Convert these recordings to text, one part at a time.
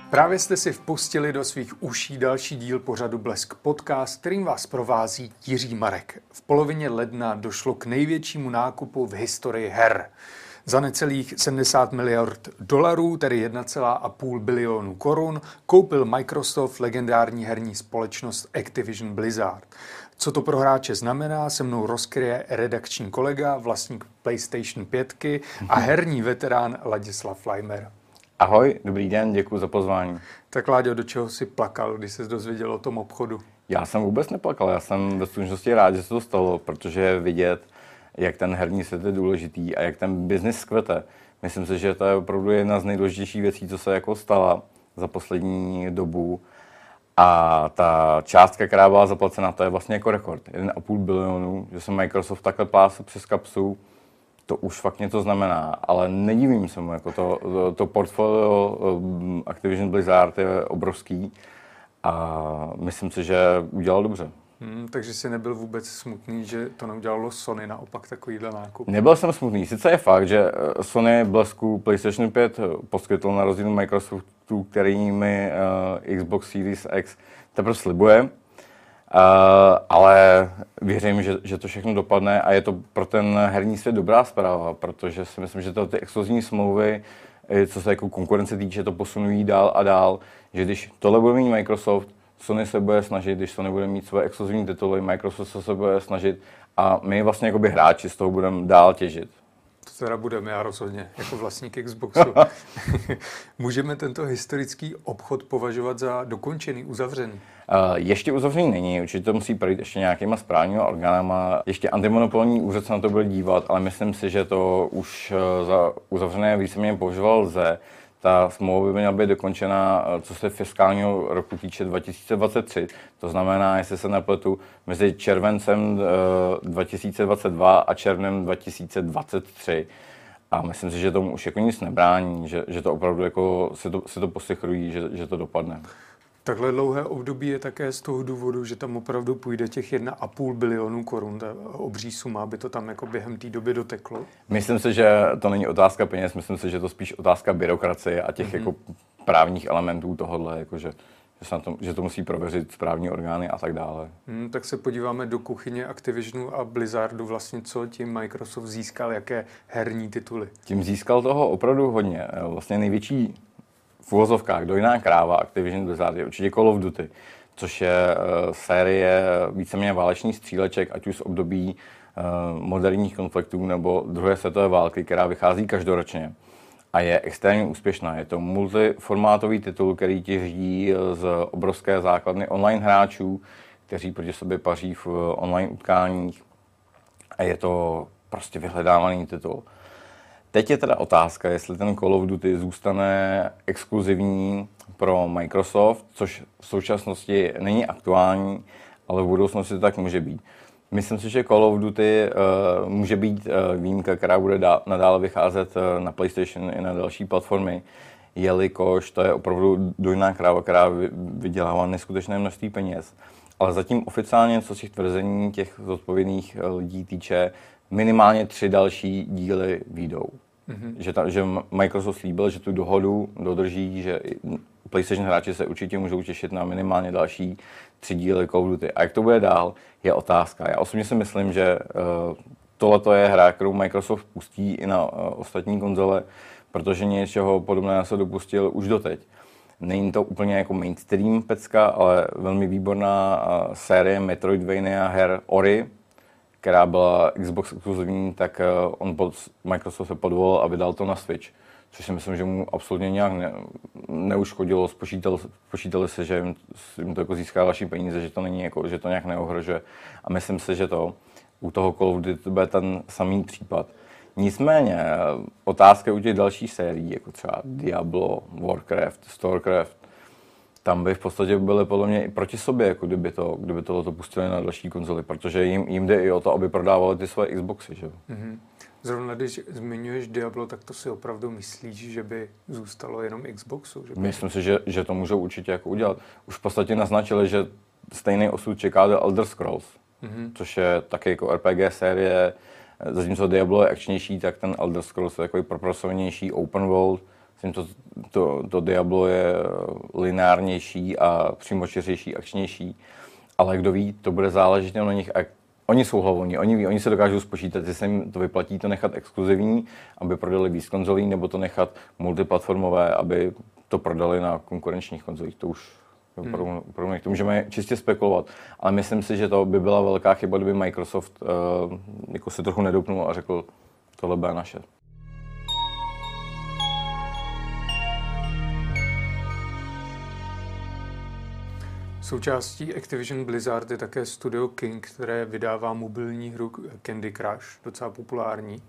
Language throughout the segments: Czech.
Právě jste si vpustili do svých uší další díl pořadu Blesk Podcast, kterým vás provází Jiří Marek. V polovině ledna došlo k největšímu nákupu v historii her. Za necelých 70 miliard dolarů, tedy 1,5 bilionu korun, koupil Microsoft legendární herní společnost Activision Blizzard. Co to pro hráče znamená, se mnou rozkryje redakční kolega, vlastník PlayStation 5 a herní veterán Ladislav Lajmer. Ahoj, dobrý den, děkuji za pozvání. Tak Láďo, do čeho jsi plakal, když jsi dozvěděl o tom obchodu? Já jsem vůbec neplakal, já jsem ve skutečnosti rád, že se to stalo, protože je vidět, jak ten herní svět je důležitý a jak ten biznis kvete. Myslím si, že to je opravdu jedna z nejdůležitějších věcí, co se jako stala za poslední dobu. A ta částka, která byla zaplacena, to je vlastně jako rekord. 1,5 bilionu, že se Microsoft takhle plásl přes kapsu, to už fakt něco znamená, ale nedivím se mu, jako to portfolio Activision Blizzard je obrovský a myslím si, že udělal dobře. Takže jsi nebyl vůbec smutný, že to neudělalo Sony, naopak takovýhle nákup? Nebyl jsem smutný. Sice je fakt, že Sony Blesku PlayStation 5 poskytl na rozdíl Microsoftu, který mi Xbox Series X teprve slibuje, ale věřím, že to všechno dopadne a je to pro ten herní svět dobrá zpráva, protože si myslím, že ty exkluzivní smlouvy, co se jako konkurence týče, to posunují dál a dál, že když tohle bude mít Microsoft, Sony se bude snažit, když Sony bude mít své exkluzivní tituly, Microsoft se bude snažit a my vlastně jakoby hráči z toho budeme dál těžit. To teda budeme, já rozhodně, jako vlastník Xboxu. Můžeme tento historický obchod považovat za dokončený, uzavřený? Ještě uzavřený není, určitě to musí projít ještě nějakýma správníma orgánama. Ještě antimonopolní úřad se na to bude dívat, ale myslím si, že to už za uzavřené víceméně považoval lze. Ta smlouva by měla být dokončena, co se fiskálního roku týče 2023. To znamená, jestli se nepletu, mezi červencem 2022 a červnem 2023. A myslím si, že tomu už jako nic nebrání, že to opravdu jako se to posychrují, že to dopadne. Takhle dlouhé období je také z toho důvodu, že tam opravdu půjde těch 1,5 bilionu korun, ta obří suma, aby to tam jako během té doby doteklo? Myslím si, že to není otázka peněz, myslím si, že to spíš otázka byrokracie a těch jako právních elementů tohohle, jakože že to musí prověřit správní orgány a tak dále. Tak se podíváme do kuchyně Activisionu a Blizzardu, vlastně co tím Microsoft získal, jaké herní tituly. Tím získal toho opravdu hodně. Vlastně největší v uvozovkách dojná kráva Activision Blizzard je určitě Call of Duty, což je série víceméně válečných stříleček, ať už z období moderních konfliktů nebo druhé světové války, která vychází každoročně. A je extrémně úspěšná. Je to multiformátový titul, který těží z obrovské základny online hráčů, kteří proti sobě paří v online utkáních. A je to prostě vyhledávaný titul. Teď je teda otázka, jestli ten Call of Duty zůstane exkluzivní pro Microsoft, což v současnosti není aktuální, ale v budoucnosti to tak může být. Myslím si, že Call of Duty může být výjimka, která bude nadále vycházet na PlayStation i na další platformy, jelikož to je opravdu dojná kráva, která vydělává neskutečné množství peněz. Ale zatím oficiálně, co těch tvrzení těch zodpovědných lidí týče, minimálně 3 další díly vyjdou. Že Microsoft slíbil, že tu dohodu dodrží, že PlayStation hráči se určitě můžou těšit na minimálně další 3 díly Call of Duty. A jak to bude dál, je otázka. Já osobně si myslím, že tohleto je hra, kterou Microsoft pustí i na ostatní konzole, protože něčeho podobného se dopustil už doteď. Není to úplně jako mainstream pecka, ale velmi výborná série Metroidvania her Ori, která byla Xbox exkluzivní, tak Microsoft se podvolil a vydal to na Switch. Což si myslím, že mu absolutně nějak neuškodilo. Spočítali se, že jim to jako získá další peníze, že to není jako, že to nějak neohrožuje. A myslím si, že u toho Call of Duty bude ten samý případ. Nicméně otázka u těch dalších sérií, jako třeba Diablo, Warcraft, Starcraft, tam by v podstatě byly podle mě i proti sobě, jako kdyby tohleto pustili na další konzoli, protože jim jde i o to, aby prodávali ty svoje Xboxy, že? Zrovna když zmiňuješ Diablo, tak to si opravdu myslíš, že by zůstalo jenom Xboxu? Že by... Myslím si, že to můžou určitě jako udělat. Už v podstatě naznačili, že stejný osud čeká do Elder Scrolls, což je taky jako RPG série. Zatímco Diablo je akčnější, tak ten Elder Scrolls je takový propracovanější open world To Diablo je lineárnější a přímočařejší, akčnější, ale kdo ví, to bude záležet na nich. Oni jsou hlavní, oni se dokážou spočítat, jestli se jim to vyplatí to nechat exkluzivní, aby prodali víc konzolí, nebo to nechat multiplatformové, aby to prodali na konkurenčních konzolích. To už pro to můžeme čistě spekulovat. Ale myslím si, že to by byla velká chyba, kdyby Microsoft jako se trochu nedoupnul a řekl, tohle bude naše. Součástí Activision Blizzard je také studio King, které vydává mobilní hru Candy Crush, docela populární.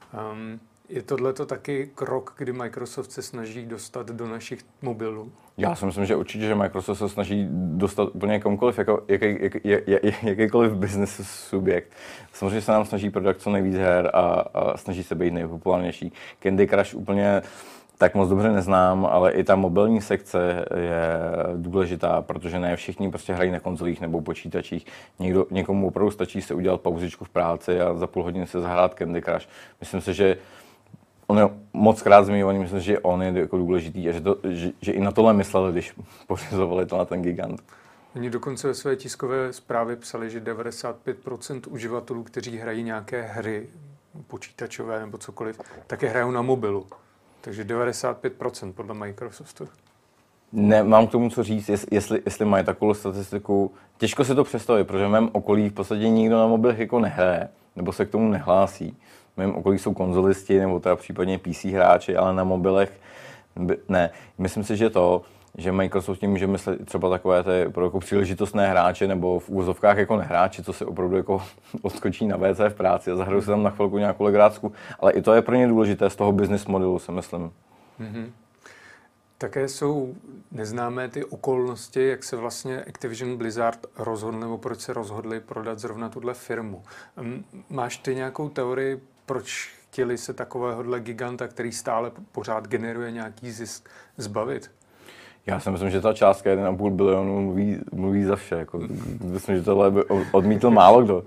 Je tohleto taky krok, kdy Microsoft se snaží dostat do našich mobilů? Já si myslím, že určitě, že Microsoft se snaží dostat úplně komukoliv, jako jakýkoliv business subjekt. Samozřejmě se nám snaží prodat co nejvíc her a snaží se být nejpopulárnější. Candy Crush úplně tak moc dobře neznám, ale i ta mobilní sekce je důležitá, protože ne všichni prostě hrají na konzolích nebo počítačích. Někomu opravdu stačí se udělat pauzičku v práci a za půl hodiny se zahrát Candy Crush. Myslím si, že on je moc krát zmiňovaný, myslím si, že on je jako důležitý a že i na tohle mysleli, když pořizovali to na ten gigant. Oni dokonce ve své tiskové zprávě psali, že 95% uživatelů, kteří hrají nějaké hry počítačové nebo cokoliv, také hrajou na mobilu. Takže 95% podle Microsoftu. Nemám k tomu co říct, jestli mají takovou statistiku. Těžko si to představit, protože v mém okolí v podstatě nikdo na mobilech jako nehraje, nebo se k tomu nehlásí. V mém okolí jsou konzolisti, nebo teda případně PC hráči, ale na mobilech ne. Myslím si, že Microsoft tím může myslet třeba takové ty pro jako příležitostné hráče nebo v úvozovkách jako nehráči, co se opravdu jako odskočí na WC v práci a zahrajou se tam na chvilku nějakou legrácku, ale i to je pro ně důležité z toho business modelu, si myslím. Mm-hmm. Také jsou neznámé ty okolnosti, jak se vlastně Activision Blizzard rozhodl, nebo proč se rozhodli prodat zrovna tuhle firmu. Máš ty nějakou teorii, proč chtěli se takovéhohle giganta, který stále pořád generuje nějaký zisk, zbavit? Já si myslím, že ta částka 1,5 bilionu mluví za vše. Jako, myslím, že tohle by odmítl málo kdo.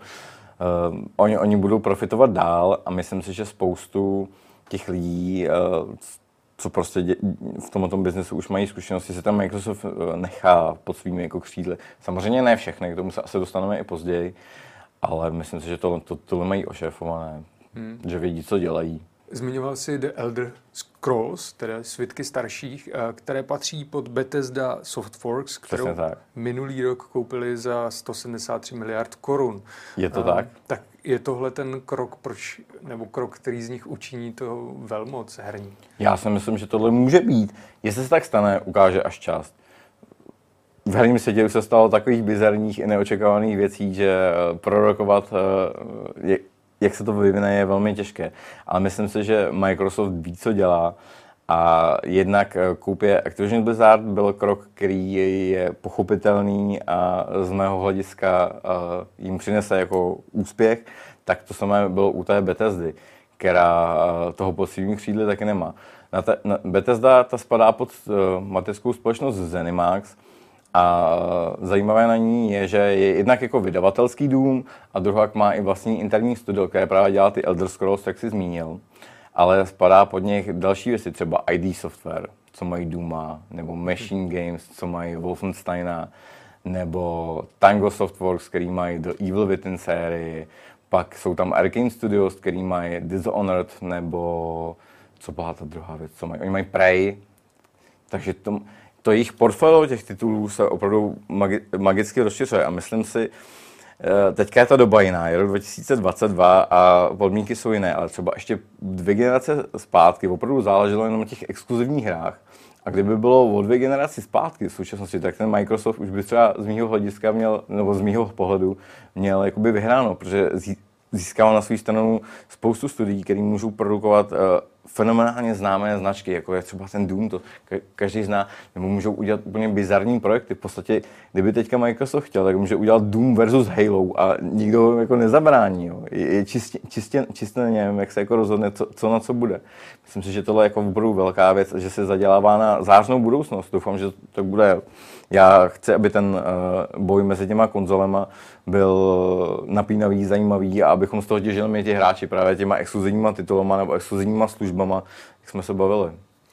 Oni budou profitovat dál a myslím si, že spoustu těch lidí, co prostě v tomto biznesu už mají zkušenosti, se tam Microsoft nechá pod svými jako křídly. Samozřejmě ne všechny, k tomu se asi dostaneme i později, ale myslím si, že tohle mají ošéfované, že vědí, co dělají. Zmiňoval jsi The Elder Scrolls, tedy Svitky starších, které patří pod Bethesda Softworks, kterou minulý rok koupili za 173 miliard korun. Je to tak? Tak je tohle ten krok, krok, který z nich učiní to velmoc herní? Já si myslím, že tohle může být. Jestli se tak stane, ukáže až čas. V herním světě už se stalo takových bizarních i neočekávaných věcí, že prorokovat jak se to vyvine, je velmi těžké. Ale myslím si, že Microsoft ví, co dělá. A jednak koupě Activision Blizzard byl krok, který je pochopitelný a z mého hlediska jim přinese jako úspěch. Tak to samé bylo u té Bethesdy, která toho pod svými křídly taky nemá. Bethesda ta spadá pod mateřskou společnost ZeniMax. A zajímavé na ní je, že je jednak jako vydavatelský dům a druhak má i vlastní interní studio, které právě dělá ty Elder Scrolls, jak jsi zmínil. Ale spadá pod něch další věci, třeba ID Software, co mají Duma, nebo Machine Games, co mají Wolfensteina, nebo Tango Softworks, který mají The Evil Within sérii. Pak jsou tam Arkane Studios, který mají Dishonored, nebo co byla ta druhá věc, co mají? Oni mají Prey, takže to jejich portfolio těch titulů se opravdu magicky rozšiřuje a myslím si, teďka je ta doba jiná, je rok 2022 a podmínky jsou jiné, ale třeba ještě 2 generace zpátky opravdu záleželo jenom na těch exkluzivních hrách. A kdyby bylo o 2 generace zpátky v současnosti, tak ten Microsoft už by třeba z mýho hlediska měl, nebo z mýho pohledu, měl jakoby vyhráno, protože získával na svou stranu spoustu studií, které můžou produkovat fenomenálně známé značky, jako je třeba ten Doom, to každý zná, nebo můžou udělat úplně bizarní projekty. V podstatě, kdyby teďka Microsoft chtěl, tak může udělat Doom versus Halo a nikdo jako nezabrání. Jo. Je čistě na něm, jak se jako rozhodne, co na co bude. Myslím si, že tohle je jako opravdu velká věc, že se zadělává na zářnou budoucnost. Doufám, že to bude. Já chci, aby ten boj mezi těma konzolema byl napínavý, zajímavý a abychom z toho těžili my ti hráči právě těma exkluzivníma titulama nebo exkluzivníma službama, jak jsme se bavili.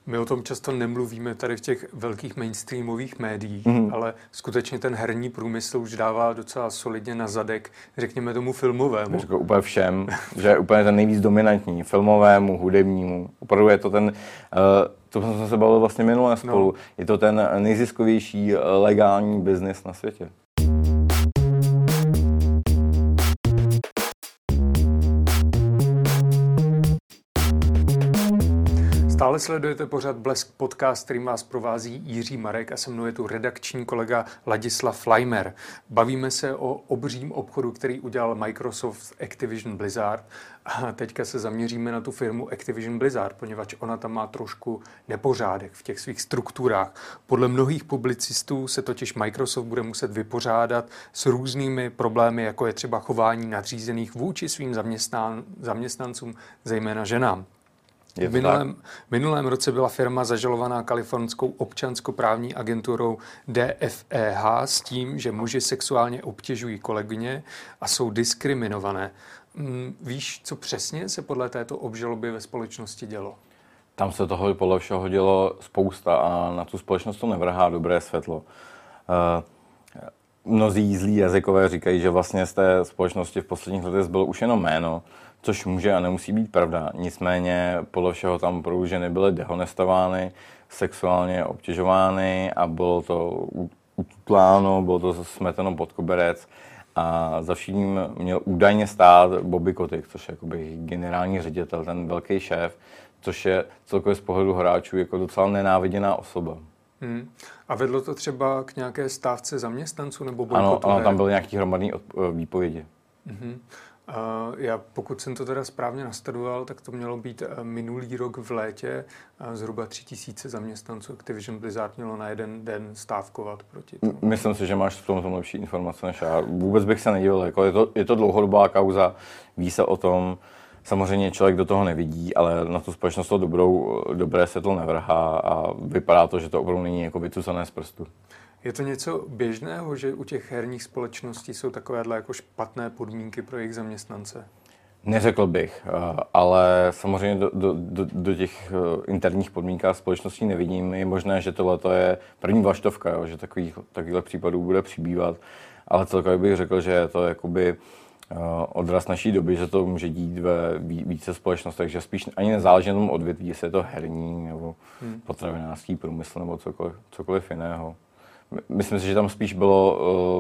My o tom často nemluvíme tady v těch velkých mainstreamových médiích, ale skutečně ten herní průmysl už dává docela solidně na zadek, řekněme tomu filmovému. Řekl úplně všem, že je úplně ten nejvíc dominantní, filmovému, hudebnímu. Opravdu je to ten, to jsme se bavili vlastně minule spolu, je to ten nejziskovější legální biznis na světě. Stále sledujete pořad Blesk podcast, kterým vás provází Jiří Marek a se mnou je tu redakční kolega Ladislav Flajmer. Bavíme se o obřím obchodu, který udělal Microsoft Activision Blizzard. A teďka se zaměříme na tu firmu Activision Blizzard, poněvadž ona tam má trošku nepořádek v těch svých strukturách. Podle mnohých publicistů se totiž Microsoft bude muset vypořádat s různými problémy, jako je třeba chování nadřízených vůči svým zaměstnancům, zejména ženám. V minulém roce byla firma zažalovaná kalifornskou občanskoprávní agenturou DFEH s tím, že muži sexuálně obtěžují kolegyně a jsou diskriminované. Víš, co přesně se podle této obžaloby ve společnosti dělo? Tam se toho podle všeho dělo spousta a na tu společnost to nevrhá dobré světlo. Mnozí zlí jazykové říkají, že vlastně z té společnosti v posledních letech bylo už jenom jméno, což může a nemusí být pravda. Nicméně podle všeho tam opravdu ženy byly dehonestovány, sexuálně obtěžovány a bylo to utláno, bylo to smeteno pod koberec a za vším měl údajně stát Bobby Kotick, což je jakoby generální ředitel, ten velký šéf, což je celkově z pohledu hráčů jako docela nenáviděná osoba. A vedlo to třeba k nějaké stávce zaměstnanců nebo bojkotu? Ano, tam byly nějaký hromadný výpovědi. Já, pokud jsem to teda správně nastudoval, tak to mělo být minulý rok v létě. Zhruba 3000 zaměstnanců Activision Blizzard mělo na jeden den stávkovat proti tomu. Myslím si, že máš v tom lepší informace než já. Vůbec bych se nedivil. Jako je to dlouhodobá kauza, ví se o tom. Samozřejmě člověk do toho nevidí, ale na tu společnost to dobré světlo nevrhá a vypadá to, že to opravdu není jako vycucané z prstu. Je to něco běžného, že u těch herních společností jsou takovéhle jako špatné podmínky pro jejich zaměstnance? Neřekl bych, ale samozřejmě do těch interních podmínkách společností nevidím. Je možné, že tohle je první vlaštovka, jo, že takovýchhle případů bude přibývat, ale celkově bych řekl, že je to jakoby odraz naší doby, že to může dít ve více společnostech, že spíš ani nezáleží na tom odvětví, jestli je to herní nebo potravinářský průmysl nebo cokoliv jiného. Myslím si, že tam spíš bylo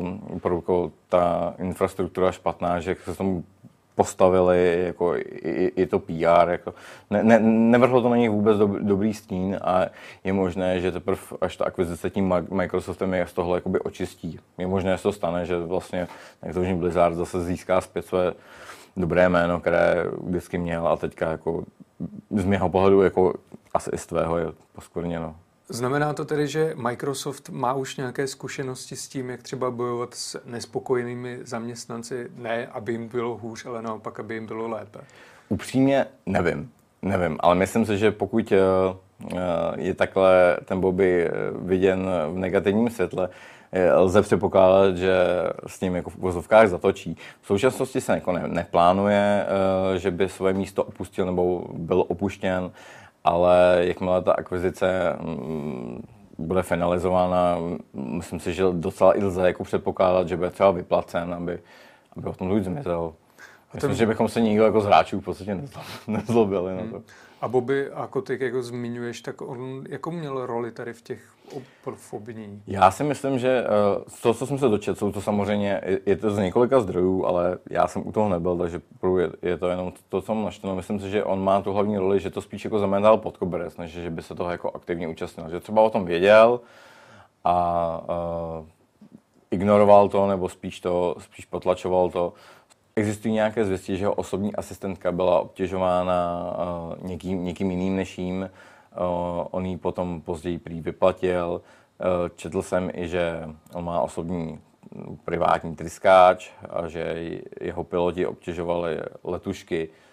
ta infrastruktura špatná, že se tomu postavili jako i to PR. Jako, nevrhlo to na nich vůbec dobrý stín a je možné, že teprve až ta akvizice tím Microsoftem je z tohle jakoby očistí. Je možné, že to stane, že vlastně Activision Blizzard zase získá zpět své dobré jméno, které vždycky měl a teďka jako z mého pohledu jako asi i z tvého je poskvrněno. Znamená to tedy, že Microsoft má už nějaké zkušenosti s tím, jak třeba bojovat s nespokojenými zaměstnanci, ne aby jim bylo hůř, ale naopak, aby jim bylo lépe? Upřímně nevím, ale myslím si, že pokud je takhle ten Bobby viděn v negativním světle, lze předpokládat, že s ním jako v uvozovkách zatočí. V současnosti se jako neplánuje, že by své místo opustil nebo byl opuštěn, ale jakmile ta akvizice bude finalizována, myslím si, že docela i lze jako předpokládat, že bude třeba vyplacen, aby o tom lidi zmizel. Myslím, že bychom se nikdo jako z hráčů v podstatě nezlobili na to. A Bobby a Kotick, jako zmiňuješ, tak on jako měl roli tady v těch obvinění? Já si myslím, že to, co jsem se dočetl, jsou to samozřejmě, je to z několika zdrojů, ale já jsem u toho nebyl, takže je to jenom to, co mám načteno. Myslím si, že on má tu hlavní roli, že to spíš jako zametal pod koberec, než že by se toho jako aktivně účastnil. Že třeba o tom věděl a ignoroval to, nebo spíš potlačoval to. Existují nějaké zvěsti, že jeho osobní asistentka byla obtěžována někým jiným než jím. On ji potom později prý vyplatil. Četl jsem i, že on má osobní privátní tryskáč a že jeho piloti obtěžovali letušky.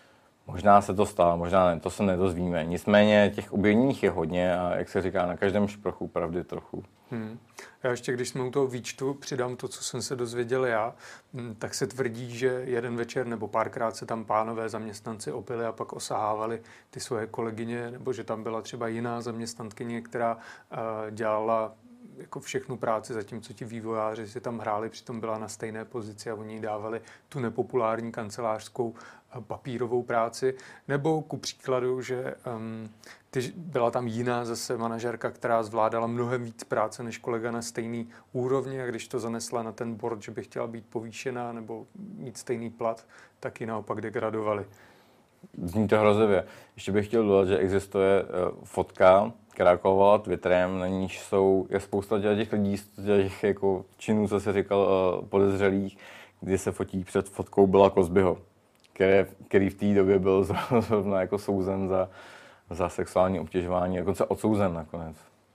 Možná se to stalo, možná ne, to se nedozvíme. Nicméně těch obviněních je hodně a jak se říká, na každém šprochu pravdy trochu. Já ještě, když jsme u toho výčtu přidám to, co jsem se dozvěděl já, tak se tvrdí, že jeden večer nebo párkrát se tam pánové zaměstnanci opili a pak osahávali ty svoje kolegyně, nebo že tam byla třeba jiná zaměstnankyně, která dělala jako všechnu práci, zatímco ti vývojáři si tam hráli, přitom byla na stejné pozici a oni jí dávali tu nepopulární kancelářskou papírovou práci. Nebo ku příkladu, že byla tam jiná zase manažerka, která zvládala mnohem víc práce než kolega na stejný úrovni a když to zanesla na ten board, že by chtěla být povýšená nebo mít stejný plat, tak ji naopak degradovali. Zní to hrozivě. Ještě bych chtěl dodat, že existuje fotka, která kolovala Twitterem, na níž je spousta těch lidí, těch jako činů, co se říkal, podezřelých, kdy se fotí před fotkou Billa Cosbyho, který v té době byl zrovna jako souzen za sexuální obtěžování, dokonce odsouzen nakonec.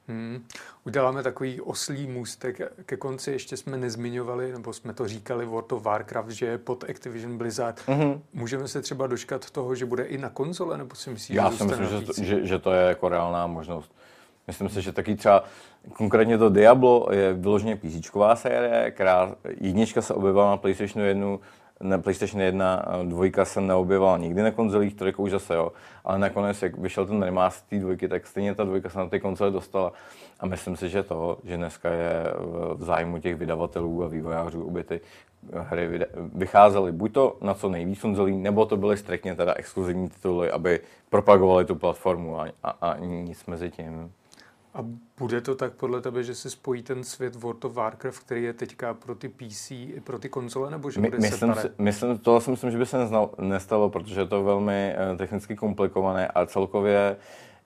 Uděláme takový oslý můstek. Ke konci ještě jsme nezmiňovali, nebo jsme to říkali, World of Warcraft, že je pod Activision Blizzard. Můžeme se třeba dočkat toho, že bude i na konzole, nebo si myslíš, Já si myslím, že to je jako reálná možnost. Myslím si, že taky třeba konkrétně to Diablo je vyloženě PCčková série, která jednička se objevila na PlayStation 1, dvojka se neobjevala nikdy na konzolích, trojka už zase jo, ale nakonec, jak vyšel ten remaster té dvojky, tak stejně ta dvojka se na ty konzole dostala. A myslím si, že dneska je v zájmu těch vydavatelů a vývojářů, aby ty hry vycházely buď to na co nejvíc konzolí, nebo to byly striktně teda exkluzivní tituly, aby propagovali tu platformu a nic mezi tím. A bude to tak podle tebe, že se spojí ten svět World of Warcraft, který je teďka pro ty PC i pro ty konzole, nebo že bude separé? Tohle si myslím, že by se nestalo, protože je to velmi technicky komplikované a celkově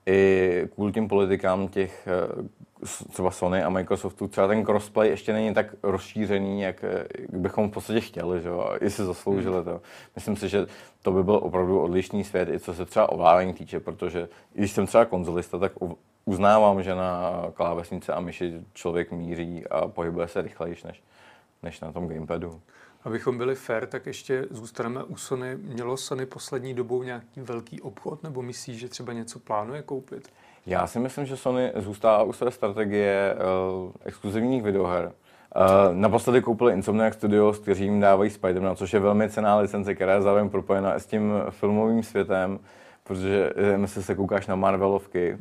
i kvůli těm politikám těch třeba Sony a Microsoftu, třeba ten crossplay ještě není tak rozšířený, jak bychom v podstatě chtěli, že jo, a i si zasloužili to. Myslím si, že to by byl opravdu odlišný svět, i co se třeba ovládání týče, protože když jsem třeba konzolista, tak uznávám, že na klávesnice a myši člověk míří a pohybuje se rychlejší než na tom gamepadu. Abychom byli fair, tak ještě zůstaneme u Sony. Mělo Sony poslední dobou nějaký velký obchod, nebo myslíš, že třeba něco plánuje koupit? Já si myslím, že Sony zůstává u své strategie exkluzivních videoher. Naposledy koupili Insomniac Studios, kteří jim dávají Spider-Man, což je velmi cenná licence, která je zároveň propojená s tím filmovým světem, protože myslím, se koukáš na Marvelovky,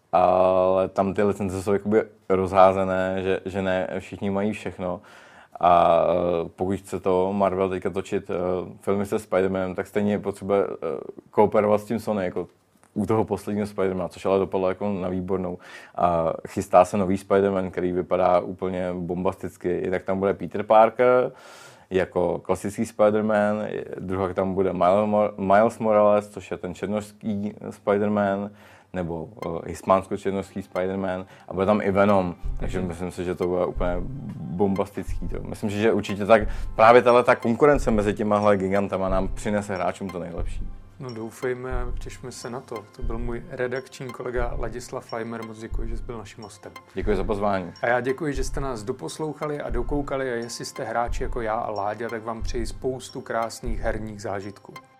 ale tam ty licence jsou jakoby rozházené, že ne všichni mají všechno. A pokud chce to Marvel teďka točit filmy se Spider-Manem, tak stejně potřebuje kooperovat s tím Sony, jako u toho posledního Spider-Mana, což ale dopadlo jako na výbornou. A chystá se nový Spider-Man, který vypadá úplně bombasticky. Jednak tam bude Peter Parker jako klasický Spider-Man, druhá tam bude Miles Morales, což je ten černošský Spider-Man, nebo hispánsko-černošský Spider-Man a bude tam i Venom, takže myslím si, že to bude úplně bombastický. Myslím si, že určitě tak právě ta konkurence mezi těma gigantama nám přinese hráčům to nejlepší. No doufejme a těšme se na to. To byl můj redakční kolega Ladislav Fajmer. Moc děkuji, že jsi byl naším hostem. Děkuji za pozvání. A já děkuji, že jste nás doposlouchali a dokoukali a jestli jste hráči jako já a Láďa, tak vám přeji spoustu krásných herních zážitků.